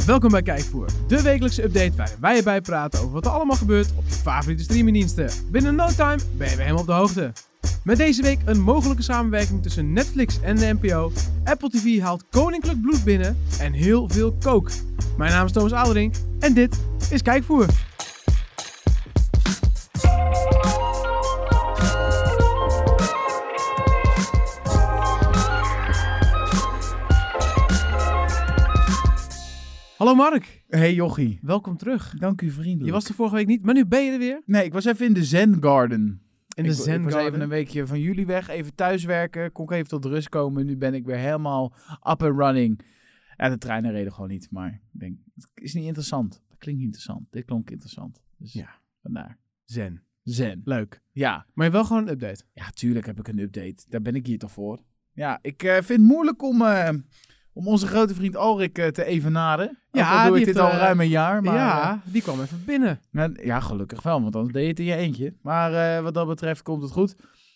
Welkom bij Kijkvoer, de wekelijkse update waarin wij erbij praten over wat er allemaal gebeurt op je favoriete streamingdiensten. Binnen no time ben je weer helemaal op de hoogte. Met deze week een mogelijke samenwerking tussen Netflix en de NPO. Apple TV haalt koninklijk bloed binnen en heel veel coke. Mijn naam is Thomas Aalderink en dit is Kijkvoer. Hallo Mark. Hey Jochie. Welkom terug. Dank u vriendelijk. Je was er vorige week niet, maar nu ben je er weer. Nee, ik was even in de Zen Garden. In de Zen Ik was Garden. even een weekje van jullie weg, even thuiswerken, kon ik even tot rust komen. Nu ben ik weer helemaal up and running. Ja, de treinen reden gewoon niet, maar ik denk, het is niet interessant. Dat klinkt niet interessant. Dit klonk interessant. Dus Ja. vandaar. Zen. Zen. Leuk. Ja. Maar je hebt wel gewoon een update. Ja, tuurlijk heb ik een update. Daar ben ik hier toch voor. Ja, ik vind het moeilijk om onze grote vriend Alrik te evenaren. Ja, Ook al doe die ik dit heeft, al ruim een jaar. Maar, ja, die kwam even binnen. Ja, gelukkig wel, want anders deed je het in je eentje. Maar wat dat betreft komt het goed.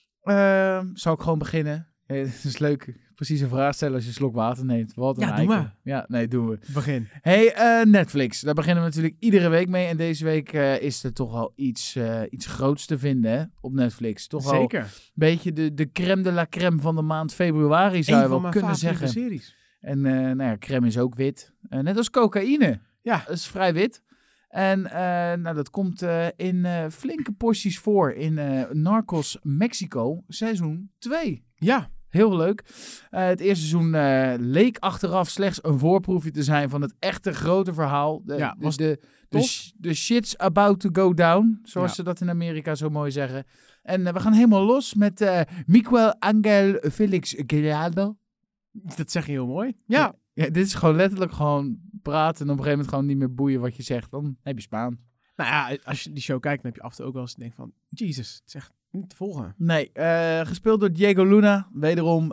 Zal ik gewoon beginnen? Het is leuk. Precies een vraag stellen als je een slok water neemt. Wat een Ja, doe eikel. maar. Ja, nee, doen we. Begin. Hey, Netflix. Daar beginnen we natuurlijk iedere week mee. En deze week is er toch wel iets groots te vinden hè, op Netflix. Toch wel een Zeker. beetje de crème de la crème van de maand februari, zou je Een van wel mijn kunnen favoriete zeggen. series. En nou ja, crème is ook wit. Net als cocaïne. Ja. Dat is vrij wit. En nou, dat komt in flinke porties voor in Narcos Mexico, seizoen 2. Ja. Heel leuk. Het eerste seizoen leek achteraf slechts een voorproefje te zijn van het echte grote verhaal. Ja, was de shit's about to go down, zoals ze dat in Amerika zo mooi zeggen. En we gaan helemaal los met Miguel Angel Felix Gallardo. Dat zeg je heel mooi. Ja. Ja, dit is gewoon letterlijk gewoon praten en op een gegeven moment gewoon niet meer boeien wat je zegt. Dan heb je spaan. Nou ja, als je die show kijkt, dan heb je af en toe ook wel eens denk van, Jesus, het is echt niet te volgen. Nee, gespeeld door Diego Luna. Wederom,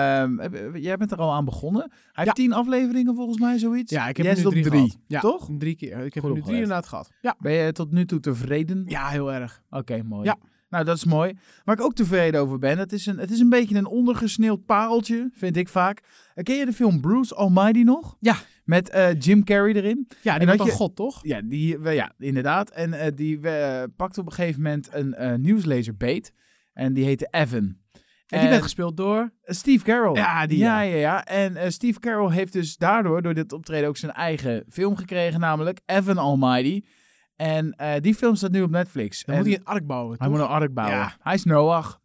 jij bent er al aan begonnen. Hij heeft 10 afleveringen volgens mij, zoiets. Ja, ik heb Jij er nu zit op 3 3, gehad. Ja, toch? 3 keer. Ik heb Goed er nu 3 opgelet. inderdaad gehad. Ja. Ben je tot nu toe tevreden? Ja, heel erg. Oké, mooi. Ja. Nou, dat is mooi. Waar ik ook tevreden over ben, het is een beetje een ondergesneeuwd pareltje, vind ik vaak. Ken je de film Bruce Almighty nog? Ja. Met Jim Carrey erin. Ja, En die dat wordt je- een god, toch? Ja, ja inderdaad. En die pakt op een gegeven moment een nieuwslezer beet. En die heette Evan. En die werd gespeeld door... Steve Carell. Ja, die, Ja. En Steve Carell heeft dus daardoor, door dit optreden, ook zijn eigen film gekregen, namelijk Evan Almighty. En die film staat nu op Netflix. Dan En moet hij een ark bouwen, hij toch? moet een ark bouwen. Ja. Hij is Noach.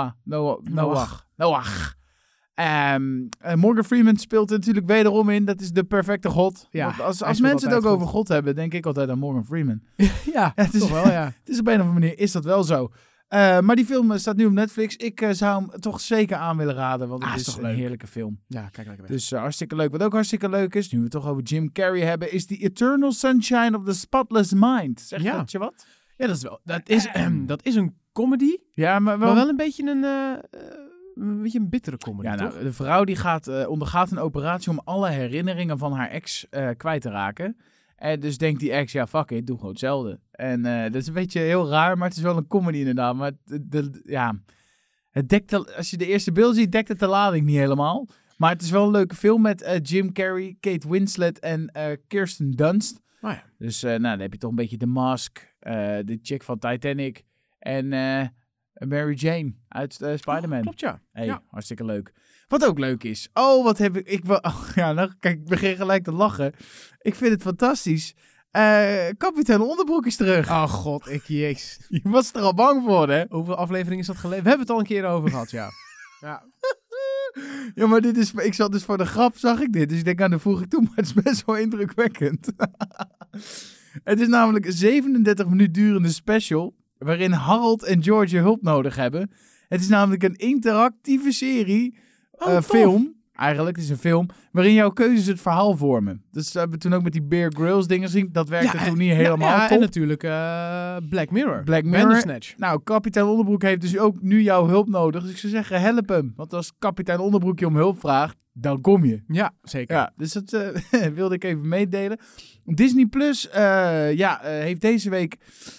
Morgan Freeman speelt er natuurlijk wederom in. Dat is de perfecte god. Ja, Want hij als speelt mensen het ook altijd over god hebben, denk ik altijd aan Morgan Freeman. Ja, het is- toch wel, ja. Het is op een of andere manier is dat wel zo. Maar die film staat nu op Netflix. Ik zou hem toch zeker aan willen raden, want het is is toch een leuk. heerlijke film. Ja, kijk lekker weg. Dus hartstikke leuk. Wat ook hartstikke leuk is, nu we het toch over Jim Carrey hebben, is The Eternal Sunshine of the Spotless Mind. Zeg Ja. dat je wat? Ja, dat is een comedy, Ja, maar maar wel een beetje een bittere comedy, Ja, toch? nou, de vrouw die ondergaat een operatie om alle herinneringen van haar ex kwijt te raken. En dus denkt die ex, ja fuck it, doe gewoon hetzelfde. En dat is een beetje heel raar, maar het is wel een comedy inderdaad. Maar het dekt als je de eerste beeld ziet, dekt het de lading niet helemaal. Maar het is wel een leuke film met Jim Carrey, Kate Winslet en Kirsten Dunst. Oh ja. Dus dan heb je toch een beetje The Mask, de chick van Titanic en Mary Jane uit Spider-Man. Klopt, ja. Ja. Hartstikke leuk. Wat ook leuk is. Oh, wat heb ik... kijk, ik begin gelijk te lachen. Ik vind het fantastisch. Kapitein Onderbroek is terug. Oh god, jezus. Je was er al bang voor, hè? Hoeveel afleveringen is dat geleden? We hebben het al een keer over gehad, ja. Ja. Ja, maar dit is... Ik zat dus voor de grap, zag ik dit. Dus ik denk, nou, dan voeg ik toe. Maar het is best wel indrukwekkend. Het is namelijk een 37 minuten durende special, waarin Harold en George hulp nodig hebben. Het is namelijk een interactieve serie, tof. film. Eigenlijk, het is een film waarin jouw keuzes het verhaal vormen. Dus hebben we toen ook met die Bear Grylls dingen gezien. Dat werkte toen niet helemaal Ja, top. en natuurlijk Black Mirror. Black Mirror. Bandersnatch. Nou, kapitein Onderbroek heeft dus ook nu jouw hulp nodig. Dus ik zou zeggen, help hem. Want als kapitein Onderbroek je om hulp vraagt, dan kom je. Ja, zeker. Ja, dus dat wilde ik even meedelen. Disney Plus heeft deze week...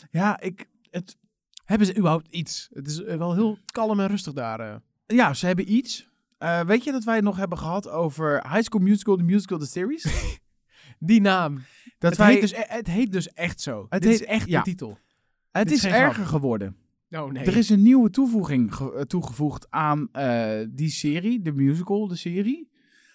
Hebben ze überhaupt iets? Het is wel heel kalm en rustig daar. Ja, ze hebben iets. Weet je dat wij het nog hebben gehad over High School Musical, the musical, the series? Die naam. Dat Het heet dus echt zo. Het Dit is heet- echt ja. de titel. Het Dit is is geen erger grap. geworden. Oh nee. Er is een nieuwe toevoeging toegevoegd aan die serie, de musical, de serie.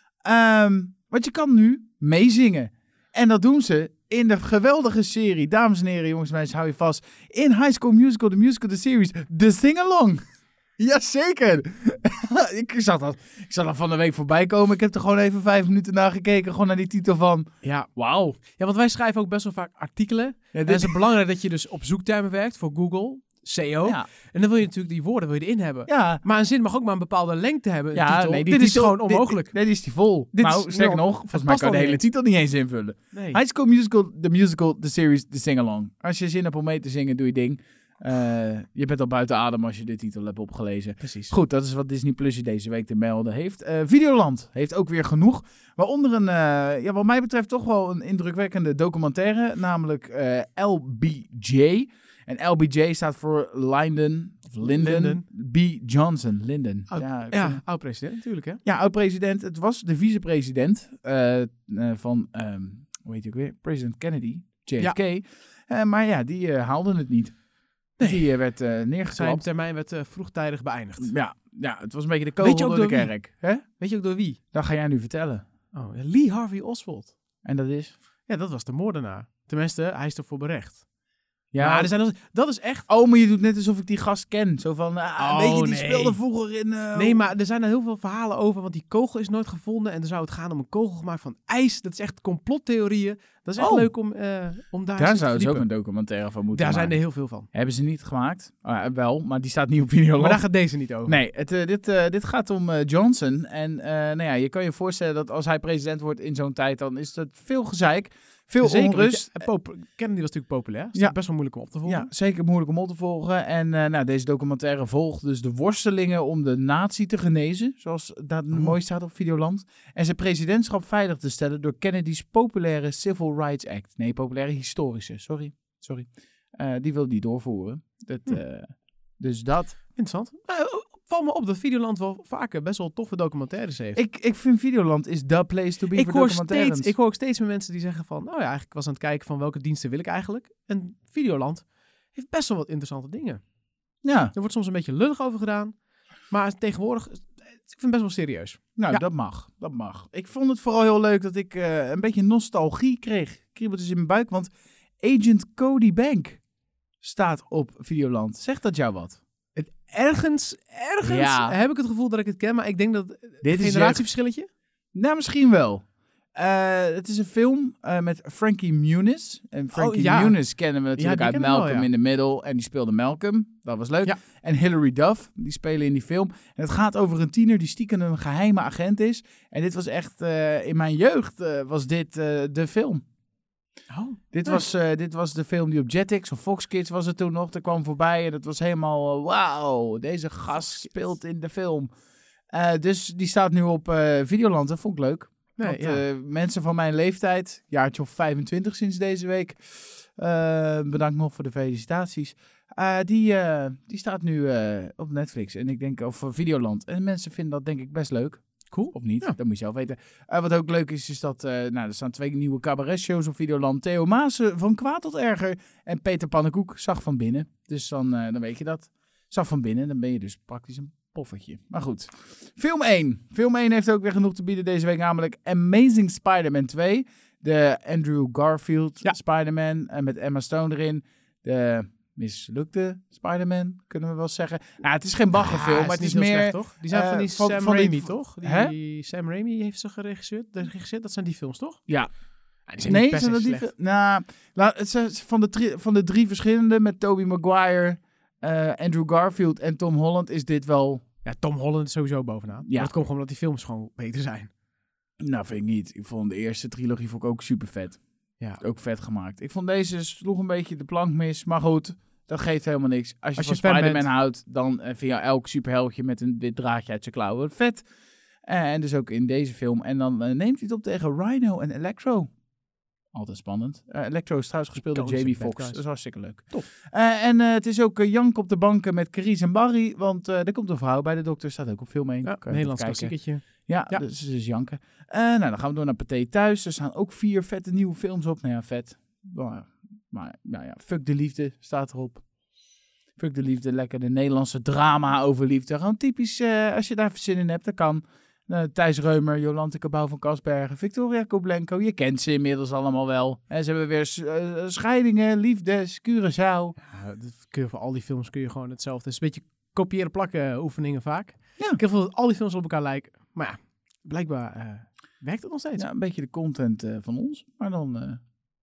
Want je kan nu meezingen. En dat doen ze in de geweldige serie. Dames en heren, jongens en meisjes, hou je vast. In High School Musical, de series, The Sing-Along. Jazeker. ik zag dat van de week voorbij komen. Ik heb er gewoon even 5 minuten naar gekeken. Gewoon naar die titel van, Ja. wauw. Ja, want wij schrijven ook best wel vaak artikelen. Ja, En het is belangrijk dat je dus op zoektermen werkt voor Google, SEO. ja. En dan wil je natuurlijk die woorden erin hebben. Ja. Maar een zin mag ook maar een bepaalde lengte hebben. Een Ja, titel. nee, die Dit is titel- gewoon onmogelijk. Nee, die is die vol. Dit Nou, is- sterker nou, nog, volgens het mij past kan je de al hele niet. titel niet eens invullen. Nee. High School Musical, de series, de sing-along. Als je zin hebt om mee te zingen, doe je ding. Je bent al buiten adem als je de titel hebt opgelezen. Precies. Goed, dat is wat Disney Plus je deze week te melden heeft. Videoland heeft ook weer genoeg. Waaronder een, wat mij betreft toch wel een indrukwekkende documentaire. Namelijk LBJ. En LBJ staat voor Lyndon B. Johnson. Lyndon. Ja, oud-president natuurlijk, hè? Ja, oud-president. Het was de vicepresident van, hoe heet hij ook weer? President Kennedy, JFK. Maar ja, die haalde het niet. Nee. Die werd Zijn neergeklapt. termijn werd vroegtijdig beëindigd. Ja, het was een beetje de Weet je kogel ook door de door wie? kerk. Hè? Weet je ook door wie? Dat ga jij nu vertellen. Oh, Lee Harvey Oswald. En dat is? Ja, dat was de moordenaar. Tenminste, hij is ervoor berecht. Ja, Maar er zijn dat is echt... oh, maar je doet net alsof ik die gast ken. Zo van, weet je, die nee. speelde vroeger in... Nee, maar er zijn er heel veel verhalen over, want die kogel is nooit gevonden. En er zou het gaan om een kogel gemaakt van ijs. Dat is echt complottheorieën. Dat is echt leuk om daar eens Daar te zouden ze ook verdiepen. een documentaire van moeten Daar zijn maken. er heel veel van. Hebben ze niet gemaakt? Wel, maar die staat niet op Videoland. Maar daar gaat deze niet over. Nee, dit gaat om Johnson. En je kan je voorstellen dat als hij president wordt in zo'n tijd, dan is het veel gezeik, veel Zeker, want onrust. Kennedy was natuurlijk populair. Dus Ja. dat is best wel moeilijk om op te volgen. Ja, zeker moeilijk om op te volgen. En deze documentaire volgt dus de worstelingen om de natie te genezen, zoals dat mooi staat op Videoland. En zijn presidentschap veilig te stellen door Kennedy's populaire Civil Rights Act. Nee, populaire historische, sorry. Die wil die doorvoeren. Dus dat... Interessant. Val me op dat Videoland wel vaker best wel toffe documentaires heeft. Ik vind Videoland is the place to be voor documentaires. Ik hoor ook steeds meer mensen die zeggen van... eigenlijk was aan het kijken van welke diensten wil ik eigenlijk. En Videoland heeft best wel wat interessante dingen. Ja, Er wordt soms een beetje lullig over gedaan. Maar tegenwoordig, ik vind het best wel serieus. nou, Ja. dat mag. Ik vond het vooral heel leuk dat ik een beetje nostalgie kreeg. Kriebeltjes in mijn buik, want Agent Cody Bank staat op Videoland. Zegt dat jou wat? Ergens Ja. heb ik het gevoel dat ik het ken. Maar ik denk dat Dit is generatieverschilletje... Nou, misschien wel. Het is een film met Frankie Muniz. En Frankie ja. Muniz kennen we natuurlijk die uit kennen we wel, Malcolm ja. in the Middle. En die speelde Malcolm. Dat was leuk. Ja. En Hilary Duff, die spelen in die film. En het gaat over een tiener die stiekem een geheime agent is. En dit was echt, in mijn jeugd was dit de film. Dit was de film die op Jetix of Fox Kids was het toen nog. Er kwam voorbij en het was helemaal, wauw, deze gast speelt in de film. Dus die staat nu op Videoland. Dat vond ik leuk. Nee, Want, mensen van mijn leeftijd, jaartje of 25 sinds deze week, bedankt nog voor de felicitaties. Die staat nu op Netflix en ik denk of Videoland. En mensen vinden dat denk ik best leuk. Cool. Of niet, Ja. dat moet je zelf weten. Wat ook leuk is dat er staan 2 nieuwe cabaretshows op Videoland. Theo Maassen van Kwaad tot Erger en Peter Pannenkoek zag van binnen. Dus dan weet je dat. Zag van binnen, dan ben je dus praktisch een poffertje. Maar goed. Film 1. Film 1 heeft ook weer genoeg te bieden deze week, namelijk Amazing Spider-Man 2. De Andrew Garfield Spider-Man met Emma Stone erin. De mislukte Spider-Man, kunnen we wel zeggen. Nou, het is geen baggerfilm, maar het is niet heel meer... slecht, toch? Die zijn van die van Sam die- Raimi, toch? Hè? Die Sam Raimi heeft ze geregisseerd. Dat zijn die films, toch? Ja. Ja, die zijn niet Nee, per zijn se dat die... slecht. Nou, het zijn van de 3 verschillende met Tobey Maguire, Andrew Garfield en Tom Holland is dit wel... Ja, Tom Holland is sowieso bovenaan. Ja. Maar het komt gewoon omdat die films gewoon beter zijn. Nou, vind ik niet. Ik vond de eerste trilogie vond ik ook super vet. Ja. Ook vet gemaakt. Ik vond deze sloeg een beetje de plank mis, maar goed, dat geeft helemaal niks. Als je Als van je fan Spider-Man bent. houdt, dan vind je elk superheldje met een wit draadje uit zijn klauwen vet. En dus ook in deze film. En dan neemt hij het op tegen Rhino en Electro. Altijd spannend. Electro is trouwens gespeeld door Iconische Jamie bad Foxx. guys. Dat is hartstikke leuk. Tof. En het is ook jank op de banken met Carice en Barry. Want er komt een vrouw bij de dokter. Staat ook op film 1. Ja, Nederlands klassiekertje. Ja, Ja. dus janken. Nou, dan gaan we door naar Pathé Thuis. Er staan ook 4 vette nieuwe films op. Nou ja, vet. Maar nou ja, Fuck de Liefde staat erop. Fuck de Liefde, lekker de Nederlandse drama over liefde. Gewoon typisch, als je daar zin in hebt, dat kan. Thijs Reumer, Jolante Cabau van Kasbergen, Victoria Koblenko. Je kent ze inmiddels allemaal wel. En ze hebben weer scheidingen, liefdes, Curaçao. Ja, voor al die films kun je gewoon hetzelfde. Het is een beetje kopiëren plakken oefeningen vaak. Ja. Ik heb gevoel dat al die films op elkaar lijken. Maar ja, blijkbaar werkt het nog steeds. Ja, een beetje de content van ons, maar dan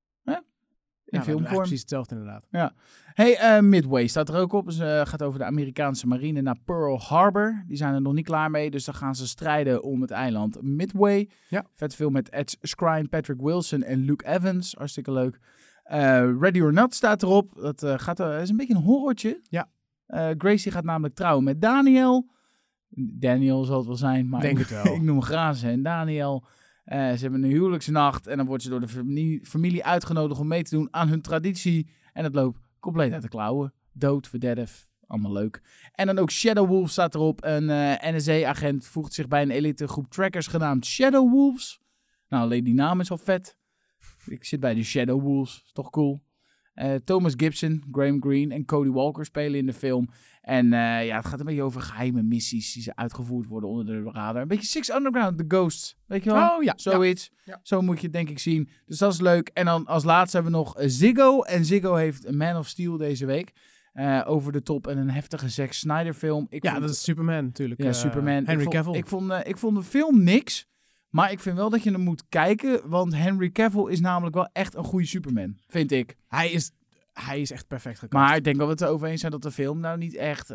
in Ja, filmvorm. precies hetzelfde inderdaad. Hey, Midway staat er ook op. Dus, gaat over de Amerikaanse marine naar Pearl Harbor. Die zijn er nog niet klaar mee. Dus dan gaan ze strijden om het eiland Midway. Ja. Vet film met Ed Skrein, Patrick Wilson en Luke Evans. Hartstikke leuk. Ready or Not staat erop. Dat is een beetje een horrortje. Ja. Gracie gaat namelijk trouwen met Daniel. Daniel zal het wel zijn, maar Denk het wel. ik noem Grazen en Daniel. Ze hebben een huwelijksnacht en dan wordt ze door de familie uitgenodigd om mee te doen aan hun traditie. En het loopt compleet uit de klauwen. Dood, verderf, allemaal leuk. En dan ook Shadow Wolves staat erop. Een NSA-agent voegt zich bij een elitegroep trackers genaamd Shadow Wolves. Nou, alleen die naam is al vet. Ik zit bij de Shadow Wolves, is toch cool. Thomas Gibson, Graham Greene en Cody Walker spelen in de film. En het gaat een beetje over geheime missies die ze uitgevoerd worden onder de radar. Een beetje Six Underground, The Ghosts. Weet je wel? Oh ja. Zoiets. Ja. Zo moet je het denk ik zien. Dus dat is leuk. En dan als laatste hebben we nog Ziggo. En Ziggo heeft Man of Steel deze week. Over de top en een heftige Zack Snyder film. Dat is Superman natuurlijk. Ja, Superman. Henry Cavill. Ik vond de film niks. Maar ik vind wel dat je hem moet kijken. Want Henry Cavill is namelijk wel echt een goede Superman. Vind ik. Hij is echt perfect gecast. Maar ik denk dat we het erover eens zijn dat de film nou niet echt...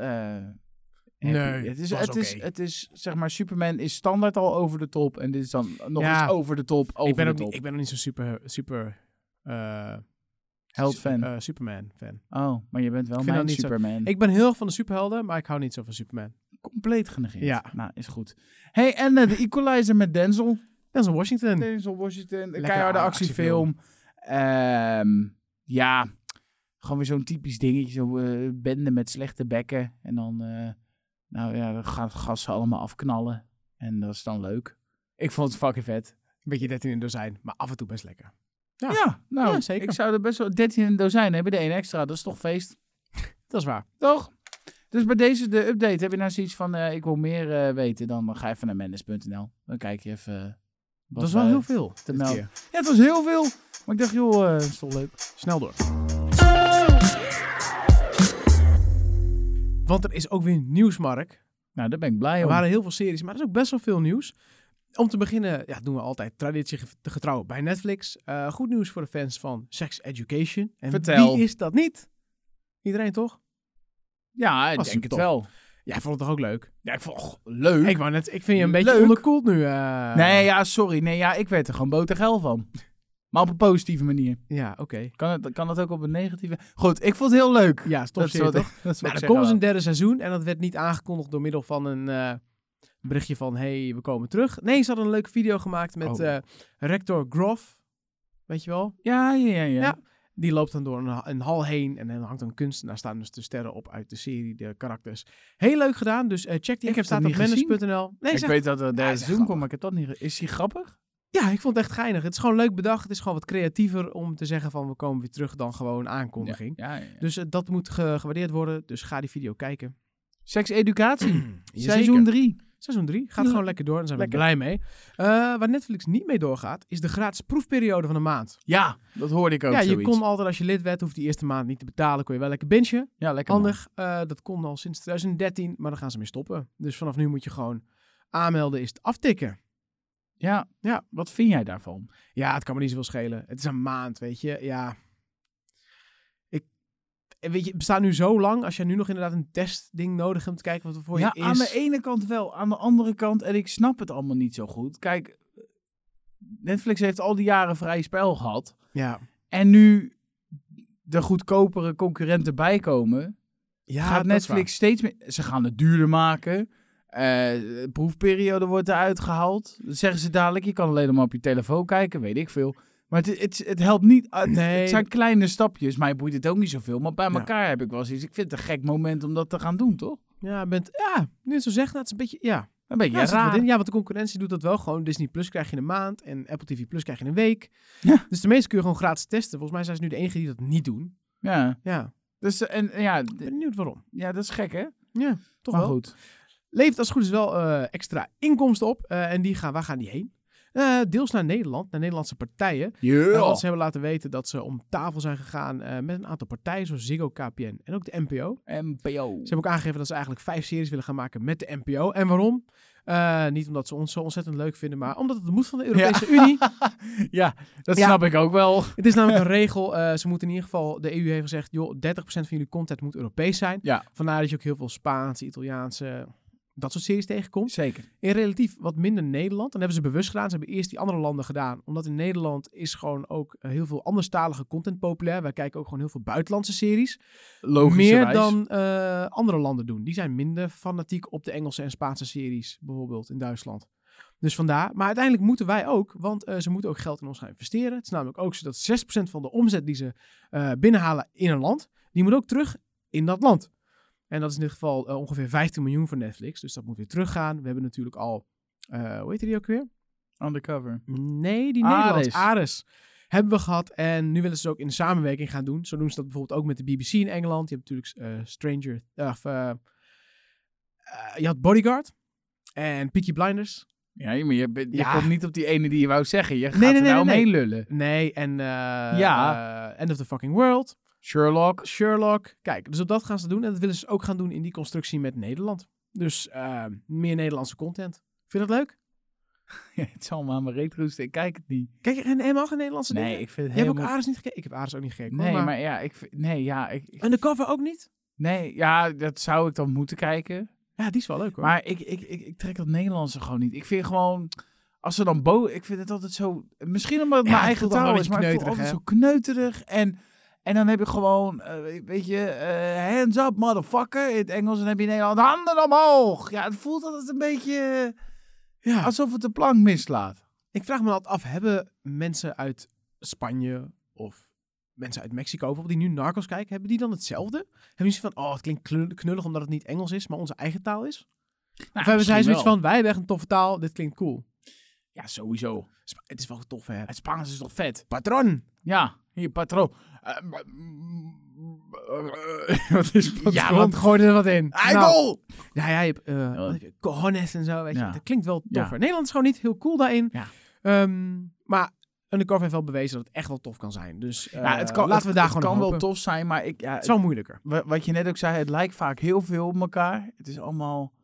nee, het is, zeg maar, Superman is standaard al over de top. En dit is dan nog eens over de top, ik ben nog niet zo'n super held-fan. Superman-fan. Oh, maar je bent wel Ik vind mijn dat niet zo. Superman. Ik ben heel erg van de superhelden, maar ik hou niet zo van Superman. Compleet genegeerd. Ja. Nou, is goed. Hey, en de Equalizer met Denzel. Denzel Washington. Denzel Washington, een Lekker keiharde oude actiefilm. Gewoon weer zo'n typisch dingetje. Zo bende met slechte bekken. En dan, dan gaan gassen allemaal afknallen. En dat is dan leuk. Ik vond het fucking vet. Een beetje 13 in een dozijn, maar af en toe best lekker. Ja, zeker. Ik zou er best wel 13 in een dozijn hebben. De 1 extra, dat is toch feest. Dat is waar. Toch? Dus bij deze de update, heb je nou zoiets van, ik wil meer weten, dan ga even naar mendes.nl. Dan kijk je even... Dat is wel heel veel. Te melden. Ja, het was heel veel. Maar ik dacht, joh, dat is toch leuk. Snel door. Want er is ook weer nieuws, Mark. Nou, daar ben ik blij Er om. waren heel veel series, maar er is ook best wel veel nieuws. Om te beginnen, doen we altijd traditie te getrouw bij Netflix. Goed nieuws voor de fans van Sex Education. En Vertel. wie is dat niet? Iedereen toch? Ja, ik Was denk het super wel. Jij vond het toch ook leuk? Ja, ik vond leuk. Ik vind je een beetje Leuk. onderkoeld nu. Nee, ja, sorry. Nee, ja, ik werd er gewoon botergeil van. Maar op een positieve manier. Ja, oké. Kan het ook op een negatieve? Goed, ik vond het heel leuk. Ja, Dat is stop wat toch? dat is wat Maar ik er zeg komt dus al. een derde seizoen en dat werd niet aangekondigd door middel van een berichtje van hey, we komen terug. Nee, ze hadden een leuke video gemaakt met Rector Groff. Weet je wel? Ja. Ja. Die loopt dan door een hal heen en dan hangt een kunstenaar staan dus de sterren op uit de serie, de karakters. Heel leuk gedaan, dus check die. Ik heb staat dat op niet gezien. mendes.nl. Nee, Ik weet dat er hij derde is seizoen echt komt, maar ik heb dat niet... Is hij grappig? Ja, ik vond het echt geinig. Het is gewoon leuk bedacht. Het is gewoon wat creatiever om te zeggen van we komen weer terug dan gewoon aankondiging. Ja. Dus dat moet gewaardeerd worden. Dus ga die video kijken. Seks-educatie. Zeker. Seizoen 3. Seizoen 3 gaat gewoon lekker door en daar zijn we Lekker. blij mee. Waar Netflix niet mee doorgaat, is de gratis proefperiode van een maand. Ja, dat hoorde ik ook Ja, je zoiets. kon altijd als je lid werd, hoefde die eerste maand niet te betalen, kon je wel lekker bingen. Ja, lekker man. Handig. Dat kon al sinds 2013, maar dan gaan ze mee stoppen. Dus vanaf nu moet je gewoon aanmelden, is het aftikken. Ja, wat vind jij daarvan? Ja, het kan me niet zoveel schelen. Het is een maand, weet je. Ja. Weet je, het bestaat nu zo lang, als je nu nog inderdaad een testding nodig hebt om te kijken wat er voor je is. Aan de ene kant wel. Aan de andere kant, en ik snap het allemaal niet zo goed. Kijk, Netflix heeft al die jaren vrij spel gehad. Ja. En nu de goedkopere concurrenten bijkomen, gaat Netflix steeds meer... Ze gaan het duurder maken. De proefperiode wordt eruit gehaald. Dan zeggen ze dadelijk, je kan alleen maar op je telefoon kijken, weet ik veel. Maar het helpt niet. Nee. Het zijn kleine stapjes, maar je boeit het ook niet zoveel. Maar bij elkaar heb ik wel zoiets. Ik vind het een gek moment om dat te gaan doen, toch? Ja, nu het zo zegt, dat is een beetje, ja. Een beetje Ja, zit er wat raar. in. Ja, want de concurrentie doet dat wel gewoon. Disney Plus krijg je in een maand en Apple TV Plus krijg je in een week. Ja. Dus de meeste kun je gewoon gratis testen. Volgens mij zijn ze nu de enige die dat niet doen. Ja. Ja, Dus, ja, ik ben benieuwd waarom. ja, dat is gek, hè? Ja, toch Maar wel. goed. Levert als het goed is wel extra inkomsten op. En waar gaan die heen? Deels naar Nederland, naar Nederlandse partijen. Want ze hebben laten weten dat ze om tafel zijn gegaan met een aantal partijen, zoals Ziggo, KPN en ook de NPO. NPO. Ze hebben ook aangegeven dat ze eigenlijk 5 series willen gaan maken met de NPO. En waarom? Niet omdat ze ons zo ontzettend leuk vinden, maar omdat het moet van de Europese Unie. Ja, dat Ja. snap ik ook wel. Het is namelijk een regel. Ze moeten in ieder geval, de EU heeft gezegd, joh, 30% van jullie content moet Europees zijn. Ja, Vandaar dat je ook heel veel Spaanse, Italiaanse, dat soort series tegenkomt. zeker. In relatief wat minder Nederland. En dat hebben ze bewust gedaan. Ze hebben eerst die andere landen gedaan. Omdat in Nederland is gewoon ook heel veel anderstalige content populair. Wij kijken ook gewoon heel veel buitenlandse series. Meer dan andere landen doen. Die zijn minder fanatiek op de Engelse en Spaanse series. Bijvoorbeeld in Duitsland. Dus vandaar. Maar uiteindelijk moeten wij ook. Want ze moeten ook geld in ons gaan investeren. Het is namelijk ook zo dat 6% van de omzet die ze binnenhalen in een land. Die moet ook terug in dat land. En dat is in dit geval ongeveer 15 miljoen voor Netflix. Dus dat moet weer teruggaan. We hebben natuurlijk al... hoe heet die ook weer? Undercover. Nee, die Ares. Nederlands. Ares. Hebben we gehad. En nu willen ze het ook in samenwerking gaan doen. Zo doen ze dat bijvoorbeeld ook met de BBC in Engeland. Je hebt natuurlijk je had Bodyguard. En Peaky Blinders. Ja, maar je Ja. komt niet op die ene die je wou zeggen. Je gaat Nee, er nou nee. omheen lullen. Nee, en End of the Fucking World. Sherlock. Kijk, dus op dat gaan ze doen. En dat willen ze ook gaan doen in die constructie met Nederland. Dus meer Nederlandse content. Vind je dat leuk? Het zal maar aan mijn reet roesten. Ik kijk het niet. Kijk je helemaal geen Nederlandse dingen? Nee, ik vind het Je hebt ook helemaal... Ares niet gekeken? Ik heb Ares ook niet gekeken. Nee, hoor, maar ja, ik... Undercover ook niet? Nee, ja, dat zou ik dan moeten kijken. Ja, die is wel leuk hoor. Maar ik trek dat Nederlandse gewoon niet. Ik vind gewoon... Als ze dan ik vind het altijd zo... Misschien omdat het Ja, mijn het eigen voelt wel taal een is, beetje maar het voelt kneuterig, altijd zo kneuterig. En dan heb je gewoon, weet je, hands up motherfucker in het Engels. En dan heb je in Nederland handen omhoog. Ja, het voelt altijd een beetje ja. alsof het de plank mislaat. Ik vraag me altijd af, hebben mensen uit Spanje of mensen uit Mexico bijvoorbeeld die nu Narcos kijken, hebben die dan hetzelfde? Hebben die zoiets van, het klinkt knullig omdat het niet Engels is, maar onze eigen taal is? Of hebben zij zoiets van, wij hebben echt een toffe taal, dit klinkt cool. Ja, sowieso. Het is wel tof, hè? Het Spaans is toch vet? Patron! Ja, hier, patroon. Wat is patroon? Ja, want gooi er wat in. Idol! Ja, je hebt wat heb je, cojones en zo, weet je. Ja. Dat klinkt wel toffer. Ja. Nederland is gewoon niet heel cool daarin. Ja. Maar Undercover heeft wel bewezen dat het echt wel tof kan zijn. Dus laten we daar gewoon kan op wel hopen. tof zijn, maar Het is wel moeilijker. wat je net ook zei, het lijkt vaak heel veel op elkaar. Het is allemaal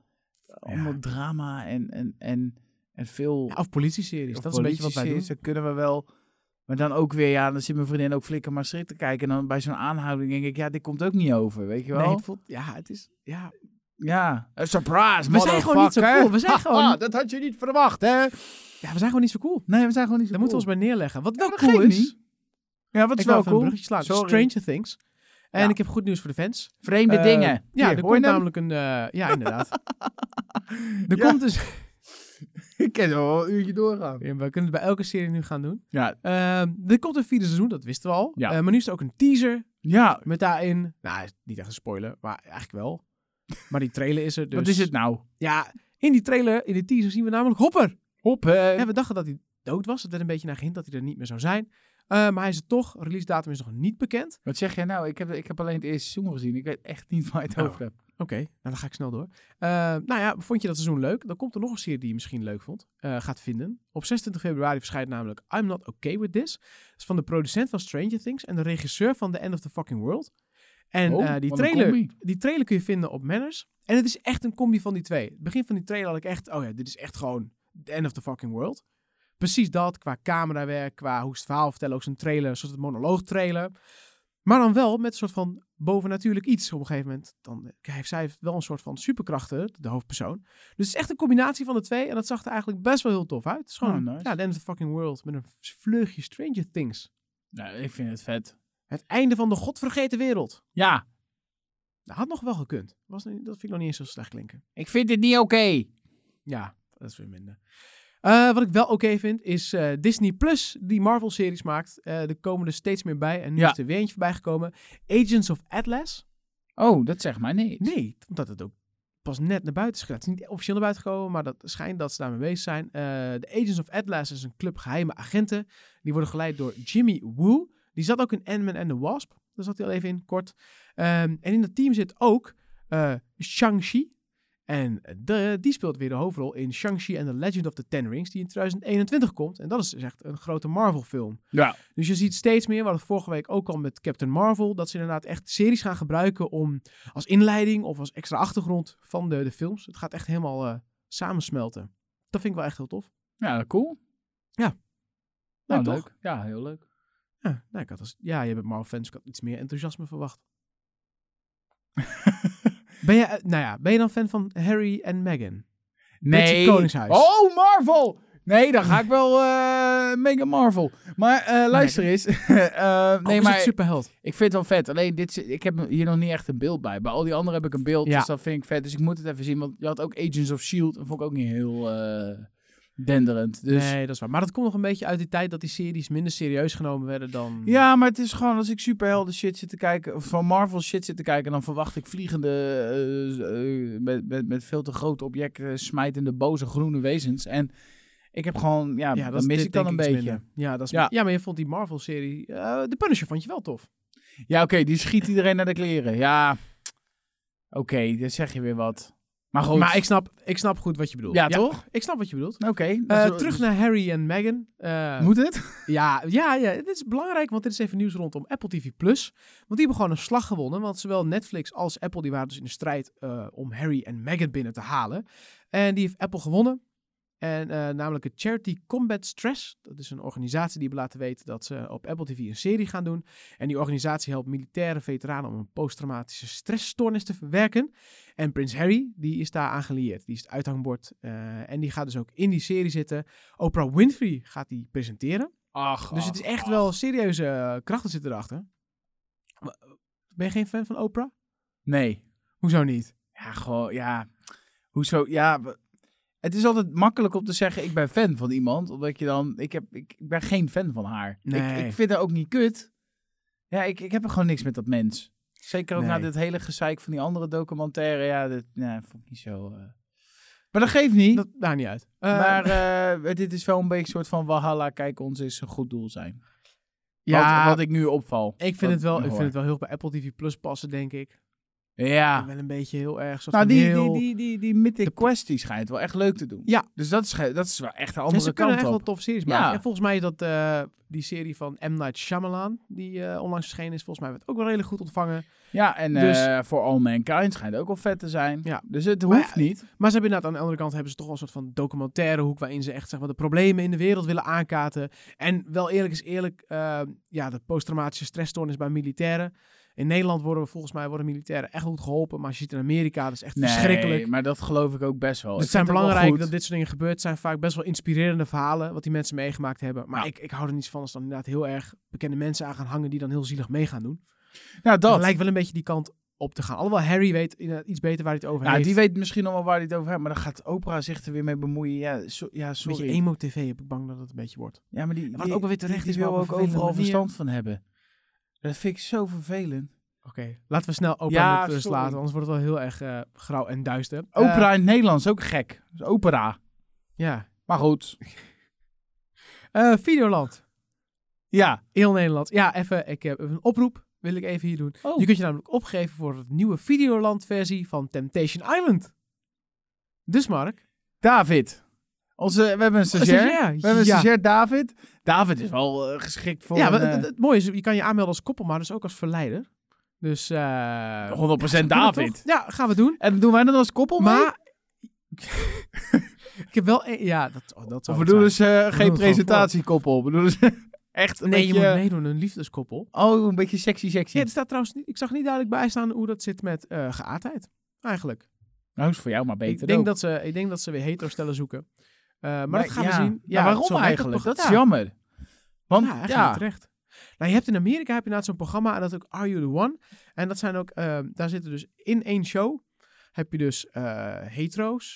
drama en veel... Ja, of politie-series. Dat is een beetje wat wij doen. Dat kunnen we wel... Maar dan ook weer, dan zit mijn vriendin ook Flikker Maastricht te kijken. En dan bij zo'n aanhouding denk ik, ja, dit komt ook niet over, weet je wel? Nee, het is... Ja. Ja, een surprise, We zijn gewoon niet zo cool. We zijn gewoon... dat had je niet verwacht, hè? Ja, we zijn gewoon niet zo cool. Nee, we zijn gewoon niet zo Daar moeten we ons bij neerleggen. Wat wel dat cool geeft is... niet. Ja, wat is Ik wel wil even een cool? bruggetje slaan. Sorry. Stranger Things. En Ja. ik heb goed nieuws voor de fans. Vreemde dingen. Ja, Hier, er hoor je komt hem? namelijk een... ja, inderdaad. Er Ja. komt dus... Ik kan wel een uurtje doorgaan. Ja, we kunnen het bij elke serie nu gaan doen. Ja. Er komt een 4e seizoen, dat wisten we al. Ja. Maar nu is er ook een teaser Ja, met daarin... Nou, is niet echt een spoiler, maar eigenlijk wel. Maar die trailer is er dus. wat is het nou? Ja, in die trailer, in de teaser zien we namelijk Hopper. Hop, Ja, we dachten dat hij dood was. Het werd een beetje naar gehind dat hij er niet meer zou zijn. Maar hij is er toch. Release datum is nog niet bekend. Wat zeg jij nou? Ik heb alleen het eerste seizoen gezien. Ik weet echt niet waar je het Oh. over hebt. Oké, nou dan ga ik snel door. Nou ja, vond je dat seizoen leuk? Dan komt er nog een serie die je misschien leuk vond. Gaat vinden. Op 26 februari verschijnt namelijk I'm Not Okay With This. Dat is van de producent van Stranger Things en de regisseur van The End of the Fucking World. En die trailer kun je vinden op Manners. En het is echt een combi van die twee. Het begin van die trailer had ik echt... Oh ja, dit is echt gewoon The End of the Fucking World. Precies dat, qua camerawerk, qua hoe ze het verhaal vertellen. Ook zo'n trailer, zoals het monoloog-trailer. Maar dan wel met een soort van bovennatuurlijk iets. Op een gegeven moment dan heeft zij wel een soort van superkrachten, de hoofdpersoon. Dus het is echt een combinatie van de twee. En dat zag er eigenlijk best wel heel tof uit. Het is gewoon nice. The End of the Fucking World met een vleugje Stranger Things. Nou, ik vind het vet. Het einde van de godvergeten wereld. Ja, Dat had nog wel gekund. Dat vind ik nog niet eens zo slecht klinken. ik vind dit niet oké. Ja, dat is weer minder. Wat ik wel oké vind, is Disney Plus die Marvel-series maakt. Er komen er steeds meer bij. En nu is er weer eentje voorbij gekomen. Agents of Atlas. Oh, dat zegt mij niet. Nee, omdat het ook pas net naar buiten is gegaan. Het is niet officieel naar buiten gekomen, maar dat schijnt dat ze daarmee bezig zijn. De Agents of Atlas is een club geheime agenten. Die worden geleid door Jimmy Woo. Die zat ook in Ant-Man and the Wasp. Daar zat hij al even in, kort. En in dat team zit ook Shang-Chi. En die speelt weer de hoofdrol in Shang-Chi and the Legend of the Ten Rings, die in 2021 komt. En dat is dus echt een grote Marvel-film. Ja. Dus je ziet steeds meer, we hadden vorige week ook al met Captain Marvel, dat ze inderdaad echt series gaan gebruiken om als inleiding of als extra achtergrond van de films. Het gaat echt helemaal samensmelten. Dat vind ik wel echt heel tof. Ja, cool. Ja. Nou, toch? leuk. Ja, heel leuk. Ja, nou, je bent Marvel-fans, ik had iets meer enthousiasme verwacht. Ben je dan fan van Harry en Meghan? Nee. Het Koningshuis. Oh, Marvel! Nee, dan ga ik wel Mega Marvel. Maar luister eens. Nee, maar superheld. ik vind het wel vet. Alleen, ik heb hier nog niet echt een beeld bij. Bij al die anderen heb ik een beeld, Ja. dus dat vind ik vet. Dus ik moet het even zien, want je had ook Agents of S.H.I.E.L.D. Dat vond ik ook niet heel denderend. Dus... Nee, dat is waar. Maar dat komt nog een beetje uit die tijd dat die series minder serieus genomen werden dan... Ja, maar het is gewoon als ik superhelden shit zit te kijken, of van Marvel shit zit te kijken, dan verwacht ik vliegende, met veel te grote objecten, smijtende, boze, groene wezens. En ik heb gewoon, dat mis ik dan een beetje. Ja, maar je vond die Marvel-serie, The Punisher vond je wel tof. Ja, oké, die schiet iedereen naar de kleren. Ja, oké, dan zeg je weer wat. Maar goed. Maar ik snap goed wat je bedoelt. Ja, toch? Ik snap wat je bedoelt. Oké. Terug naar Harry en Meghan. Moet het? Ja, dit is belangrijk, want dit is even nieuws rondom Apple TV+. Want die hebben gewoon een slag gewonnen, want zowel Netflix als Apple die waren dus in de strijd om Harry en Meghan binnen te halen. En die heeft Apple gewonnen. En namelijk het Charity Combat Stress. Dat is een organisatie die hebben laten weten dat ze op Apple TV een serie gaan doen. En die organisatie helpt militaire veteranen om een posttraumatische stressstoornis te verwerken. En Prins Harry, die is daar aan gelieerd. Die is het uithangbord. En die gaat dus ook in die serie zitten. Oprah Winfrey gaat die presenteren. Dus het is echt wel serieuze krachten zitten erachter. Ben je geen fan van Oprah? Nee. Hoezo niet? Ja, gewoon, ja. Hoezo? Ja, het is altijd makkelijk om te zeggen, ik ben fan van iemand. Omdat je dan, ik ben geen fan van haar. Nee. Ik vind haar ook niet kut. Ja, ik heb er gewoon niks met dat mens. Zeker ook na dit hele gezeik van die andere documentaire. Ja, dat vond ik niet zo... Maar dat geeft niet. Dat maakt niet uit. Maar dit is wel een beetje een soort van Walhalla, kijk ons is een goed doel zijn. Ja, wat ik nu opval. Ik vind het wel heel bij Apple TV Plus passen, denk ik. Ja. Wel een beetje heel erg. Nou, die Mythic Quest die schijnt wel echt leuk te doen. Ja. Dus dat is wel echt een andere kant op. Ze kunnen echt wel toffe series maken. Ja. En volgens mij dat die serie van M. Night Shyamalan, die onlangs verschenen is, volgens mij werd ook wel redelijk goed ontvangen. Ja, en For All Mankind schijnt ook wel vet te zijn. Ja. Dus het hoeft niet. Maar ze hebben inderdaad aan de andere kant hebben ze toch wel een soort van documentaire hoek waarin ze echt zeg maar de problemen in de wereld willen aankaarten. En wel eerlijk is eerlijk, de posttraumatische stressstoornis bij militairen. In Nederland worden militairen echt goed geholpen. Maar als je ziet in Amerika, dat is echt verschrikkelijk. Maar dat geloof ik ook best wel. Het zijn belangrijk dat dit soort dingen gebeurt. Het zijn vaak best wel inspirerende verhalen wat die mensen meegemaakt hebben. Maar ik hou er niet van als dan inderdaad heel erg bekende mensen aan gaan hangen die dan heel zielig mee gaan doen. Nou, dat lijkt wel een beetje die kant op te gaan. Alhoewel Harry weet iets beter waar hij het over heeft. Die weet misschien nog wel waar hij het over heeft. Maar dan gaat Oprah zich er weer mee bemoeien. Ja, sorry. Een beetje emo-tv heb ik bang dat het een beetje wordt. Ja, maar die ook wel weer terecht die is, wil maar ook overal verstand van hebben. Dat vind ik zo vervelend. Oké, laten we snel Oprah met rust laten, anders wordt het wel heel erg grauw en duister. Oprah in het Nederlands ook gek. Dus opera. Ja. Maar goed. Videoland. Ja. Heel Nederland. Ja, ik heb een oproep. Wil ik even hier doen. Oh. Je kunt je namelijk opgeven voor de nieuwe Videoland versie van Temptation Island. Dus Mark. David. We hebben een stagiair. We hebben een stagiair, David. David is wel geschikt voor het mooie is, je kan je aanmelden als koppel, maar dus ook als verleider. Dus 100% David. Ja, gaan we doen. En doen wij dat als koppel mee? Maar ik heb wel... dat zou of bedoelen ze geen presentatiekoppel? Bedoelen ze echt een beetje... je moet meedoen, een liefdeskoppel. Oh, een beetje sexy. Ja, er staat trouwens niet... Ik zag niet duidelijk bij staan hoe dat zit met geaardheid. Eigenlijk. Nou, is voor jou maar beter. Ik denk dat ze weer hetero-stellen zoeken. Maar dat gaan we zien. Ja, waarom eigenlijk? Dat is jammer. Want terecht. Nou, je hebt in Amerika inderdaad zo'n programma en dat is ook Are You The One? En dat zijn ook, daar zitten dus in één show heb je dus hetero's,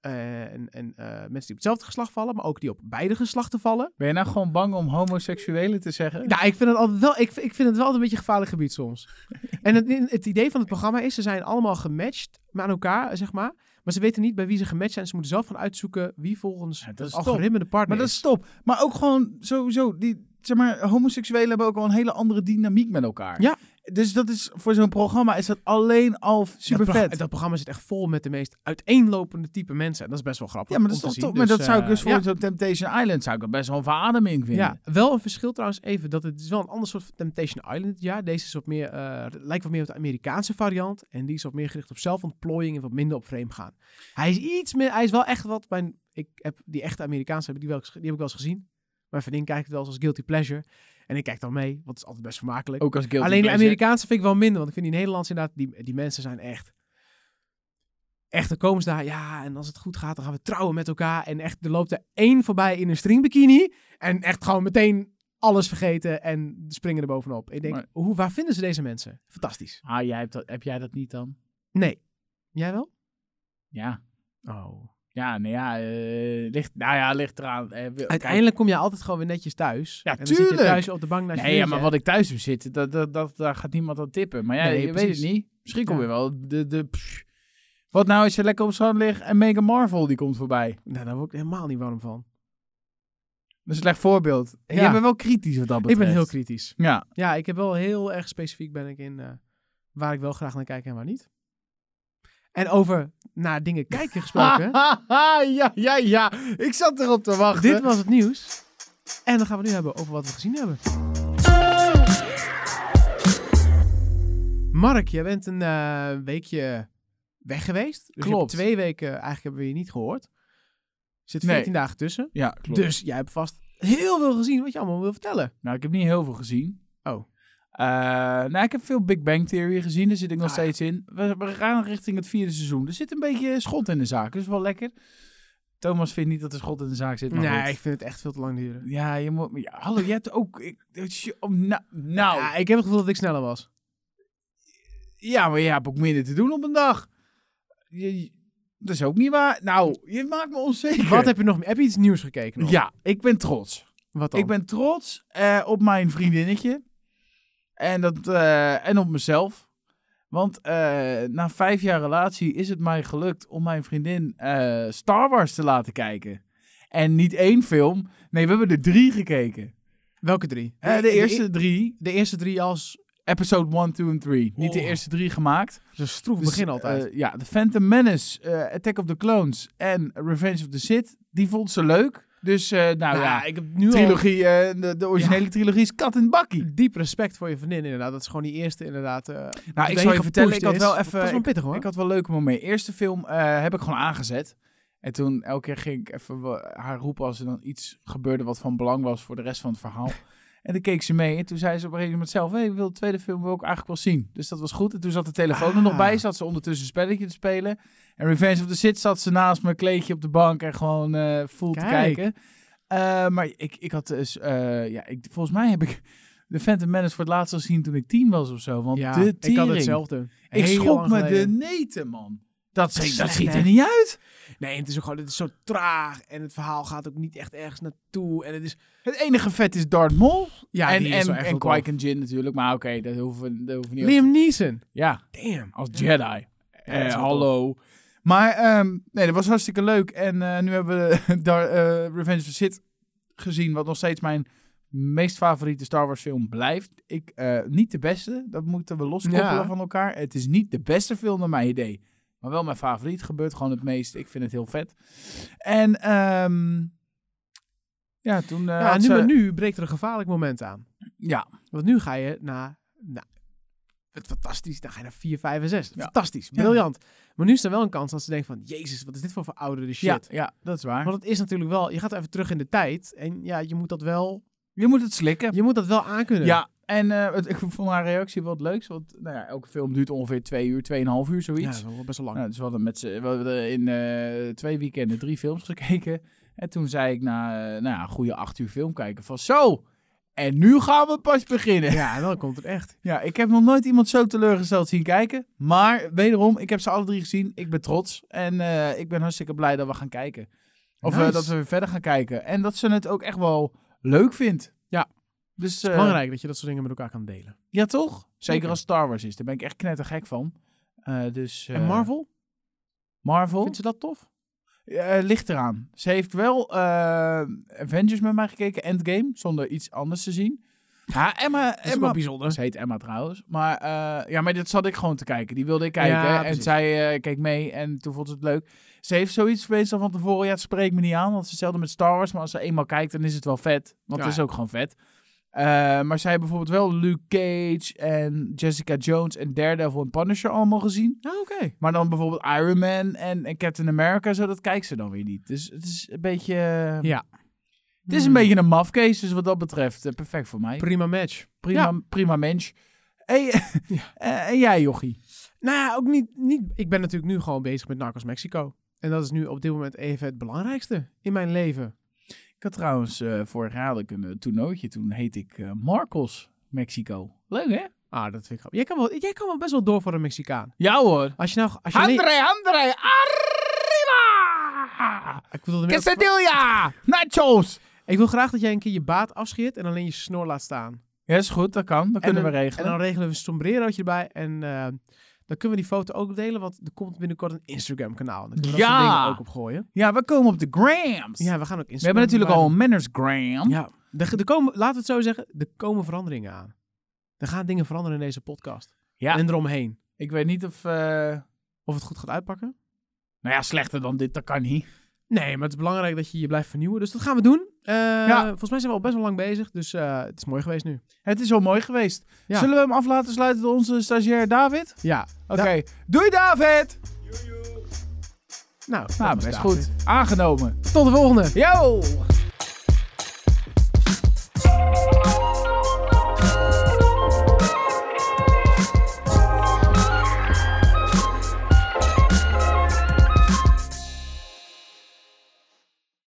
en mensen die op hetzelfde geslacht vallen, maar ook die op beide geslachten vallen. Ben je nou gewoon bang om homoseksuelen te zeggen? Nou, ik vind het altijd wel, ik vind het wel altijd een beetje een gevaarlijk gebied soms. En het idee van het programma is, ze zijn allemaal gematcht aan elkaar, zeg maar. Maar ze weten niet bij wie ze gematcht zijn. Ze moeten zelf gaan uitzoeken wie volgens het algoritme de partner Maar dat is top. Maar ook gewoon sowieso, homoseksuelen hebben ook al een hele andere dynamiek met elkaar. Ja. Dus dat is, voor zo'n programma is dat alleen al super vet. Dat programma zit echt vol met de meest uiteenlopende type mensen. En dat is best wel grappig. Ja, maar dat is toch top. Maar dat zou ik dus voor zo'n Temptation Island zou ik best wel een verademing vinden. Ja, wel een verschil trouwens even. Dat het is wel een ander soort Temptation Island. Ja, deze is wat meer, lijkt wat meer op de Amerikaanse variant. En die is wat meer gericht op zelfontplooiing en wat minder op vreemd gaan. Hij is iets meer, hij is wel echt wat, ik heb die echte Amerikaanse, die heb ik wel eens gezien. Mijn vriendin kijkt het wel eens als guilty pleasure. En ik kijk dan mee, want het is altijd best vermakelijk. Ook als guilty Alleen pleasure. de Amerikaanse vind ik wel minder, want ik vind die Nederlandse inderdaad, die mensen zijn echt, dan komen ze daar, ja, en als het goed gaat, dan gaan we trouwen met elkaar. En echt, er loopt er één voorbij in een stringbikini en echt gewoon meteen alles vergeten en springen er bovenop. Ik denk, waar vinden ze deze mensen? Fantastisch. Heb jij dat niet dan? Nee. Jij wel? Ja. Oh. Ja, ligt eraan. Uiteindelijk kom je altijd gewoon weer netjes thuis. Ja, en dan tuurlijk. zit je thuis op de bank naast je vriendje. maar wat ik thuis heb zitten, daar gaat niemand aan tippen. Maar ja, Nee, je precies. weet het niet. Misschien kom je wel Wat nou als je lekker op strand ligt en Meghan Markle die komt voorbij? Nou, daar word ik helemaal niet warm van. Dat is een slecht voorbeeld. Ja. Je bent wel kritisch wat dat betreft. Ik ben heel kritisch. Ja. Ja, ik heb wel heel erg specifiek ben ik in waar ik wel graag naar kijk en waar niet. En over naar dingen kijken gesproken. Ja. Ik zat erop te wachten. Dit was het nieuws. En dan gaan we nu hebben over wat we gezien hebben. Mark, jij bent een weekje weg geweest. Dus Klopt. Je hebt 2 weken, eigenlijk hebben we je niet gehoord. Er zit 14 dagen tussen. Ja, klopt. Dus jij hebt vast heel veel gezien wat je allemaal wil vertellen. Nou, ik heb niet heel veel gezien. Oh. Ik heb veel Big Bang Theory gezien. Daar zit ik nog steeds in. We gaan richting het 4e seizoen. Er zit een beetje schot in de zaak. Dus wel lekker. Thomas vindt niet dat er schot in de zaak zit. Maar Nee, goed. ik vind het echt veel te lang duren. Ja, je moet... Ja, hallo, je hebt ook... Ja, ik heb het gevoel dat ik sneller was. Ja, maar je hebt ook minder te doen op een dag. Dat is ook niet waar. Nou, je maakt me onzeker. Wat heb je nog meer? Heb je iets nieuws gekeken nog? Ja, ik ben trots. Wat dan? Ik ben trots op mijn vriendinnetje. En op mezelf. Want na 5 jaar relatie is het mij gelukt om mijn vriendin Star Wars te laten kijken. En niet 1 film. Nee, we hebben er 3 gekeken. Welke 3? De eerste 3. De eerste 3 als... Episode 1, 2 en 3. Niet de eerste 3 gemaakt. Dat is een stroef begin altijd. The Phantom Menace, Attack of the Clones en Revenge of the Sith. Die vond ze leuk. Dus ik heb nu trilogie, de originele trilogie is kat en bakkie. Diep respect voor je vriendin inderdaad. Dat is gewoon die eerste inderdaad. Ik zal je vertellen, ik had wel even... Dat is wel pittig hoor. Ik had wel leuke momenten. Eerste film heb ik gewoon aangezet. En toen elke keer ging ik even haar roepen als er dan iets gebeurde wat van belang was voor de rest van het verhaal. En dan keek ze mee en toen zei ze op een gegeven moment zelf, hey, de tweede film wil ik eigenlijk wel zien. Dus dat was goed. En toen zat de telefoon er nog bij, zat ze ondertussen een spelletje te spelen. En Revenge of the Sith zat ze naast mijn kleedje op de bank en gewoon full te kijken. Maar ik had dus, volgens mij heb ik de Phantom Menace voor het laatst gezien toen ik 10 was of zo. Want ja, de tering. Ik had hetzelfde. Ik schrok me de neten, man. Dat ziet er niet uit. Nee, het is ook gewoon, het is zo traag. En het verhaal gaat ook niet echt ergens naartoe. En het enige vet is Darth Maul. Ja, en Qui-Gon Jinn natuurlijk. Maar oké, dat hoeven we niet. Liam Neeson. Ja. Damn. Als Jedi. Hallo. Maar dat was hartstikke leuk. En nu hebben we Revenge of the Sith gezien. Wat nog steeds mijn meest favoriete Star Wars film blijft. Niet de beste. Dat moeten we loskoppelen van elkaar. Het is niet de beste film naar mijn idee. Maar wel mijn favoriet. Gebeurt gewoon het meest. Ik vind het heel vet. En toen... nu breekt er een gevaarlijk moment aan. Ja. Want nu ga je naar... het fantastisch. Dan ga je naar 4, 5 en 6. Ja. Fantastisch. Briljant. Maar nu is er wel een kans dat ze denken van... Jezus, wat is dit voor verouderde shit? Ja, dat is waar. Want het is natuurlijk wel... Je gaat even terug in de tijd. En ja, je moet dat wel... Je moet het slikken. Je moet dat wel aankunnen. Ja. En ik vond haar reactie wel het leukst. Want elke film duurt ongeveer 2 uur, 2,5 uur, zoiets. Ja, dat is wel best wel lang. Dus we hadden in 2 weekenden 3 films gekeken. En toen zei ik na een goede 8 uur film kijken van zo, En nu gaan we pas beginnen. Ja, dan komt het echt. Ja, ik heb nog nooit iemand zo teleurgesteld zien kijken. Maar wederom, ik heb ze alle 3 gezien. Ik ben trots. En ik ben hartstikke blij dat we gaan kijken. Of Nice. dat we weer verder gaan kijken. En dat ze het ook echt wel leuk vindt. Ja. Dus, Het is belangrijk dat je dat soort dingen met elkaar kan delen. Ja, toch? Zeker Zeker. als Star Wars is. Daar ben ik echt knettergek van. En Marvel? Marvel? Vindt ze dat tof? Ligt eraan. Ze heeft wel Avengers met mij gekeken. Endgame. Zonder iets anders te zien. Ja, Dat is wel bijzonder. Ze heet Emma trouwens. Maar, maar dit zat ik gewoon te kijken. Die wilde ik kijken. Ja, en precies. zij keek mee. En toen vond ze het leuk. Ze heeft zoiets meestal van tevoren. Ja, het spreekt me niet aan. Want ze hetzelfde met Star Wars. Maar als ze eenmaal kijkt, dan is het wel vet. Want Ja, het is ja. ook gewoon vet. Maar zij heeft bijvoorbeeld wel Luke Cage en Jessica Jones en Daredevil en Punisher allemaal gezien. Ja, oké. Maar dan bijvoorbeeld Iron Man en Captain America, zo, dat kijkt ze dan weer niet. Dus het is een beetje... Ja. Het is een beetje een mafcase, dus wat dat betreft perfect voor mij. Prima match. Prima mens. Hey, en jij, jochie? Nou ja, ook niet... Ik ben natuurlijk nu gewoon bezig met Narcos Mexico. En dat is nu op dit moment even het belangrijkste in mijn leven. Ik had trouwens vorig jaar had ik een toernooitje. Toen heet ik Marcos Mexico. Leuk, hè? Ah, dat vind ik grappig. Jij kan wel best wel door voor een Mexicaan. Ja hoor. Als je André, arriba! Ik bedoel, Quesadilla! Nachos! ik wil graag dat jij een keer je baard afscheert en alleen je snor laat staan. Ja, is goed. Dat kan. Dat kunnen we regelen. En dan regelen we een sombrerootje erbij. En dan kunnen we die foto ook delen, want er komt binnenkort een Instagram-kanaal. Dan kunnen we dat soort dingen ook opgooien. Ja, we komen op de grams. Ja, we gaan ook Instagram. We hebben natuurlijk erbij al doen. een Mannersgram. Ja, er komen, laten we het zo zeggen, er komen veranderingen aan. Er gaan dingen veranderen in deze podcast. Ja. En eromheen. Ik weet niet of... Of het goed gaat uitpakken? Nou ja, slechter dan dit, dat kan niet. Nee, maar het is belangrijk dat je je blijft vernieuwen. Dus dat gaan we doen. Volgens mij zijn we al best wel lang bezig. Dus het is mooi geweest nu. Het is wel mooi geweest. Ja. Zullen we hem af laten sluiten door onze stagiair David? Ja. Oké. Doei David! Nou, dat Nou, was best David. goed. Aangenomen. Tot de volgende. Yo!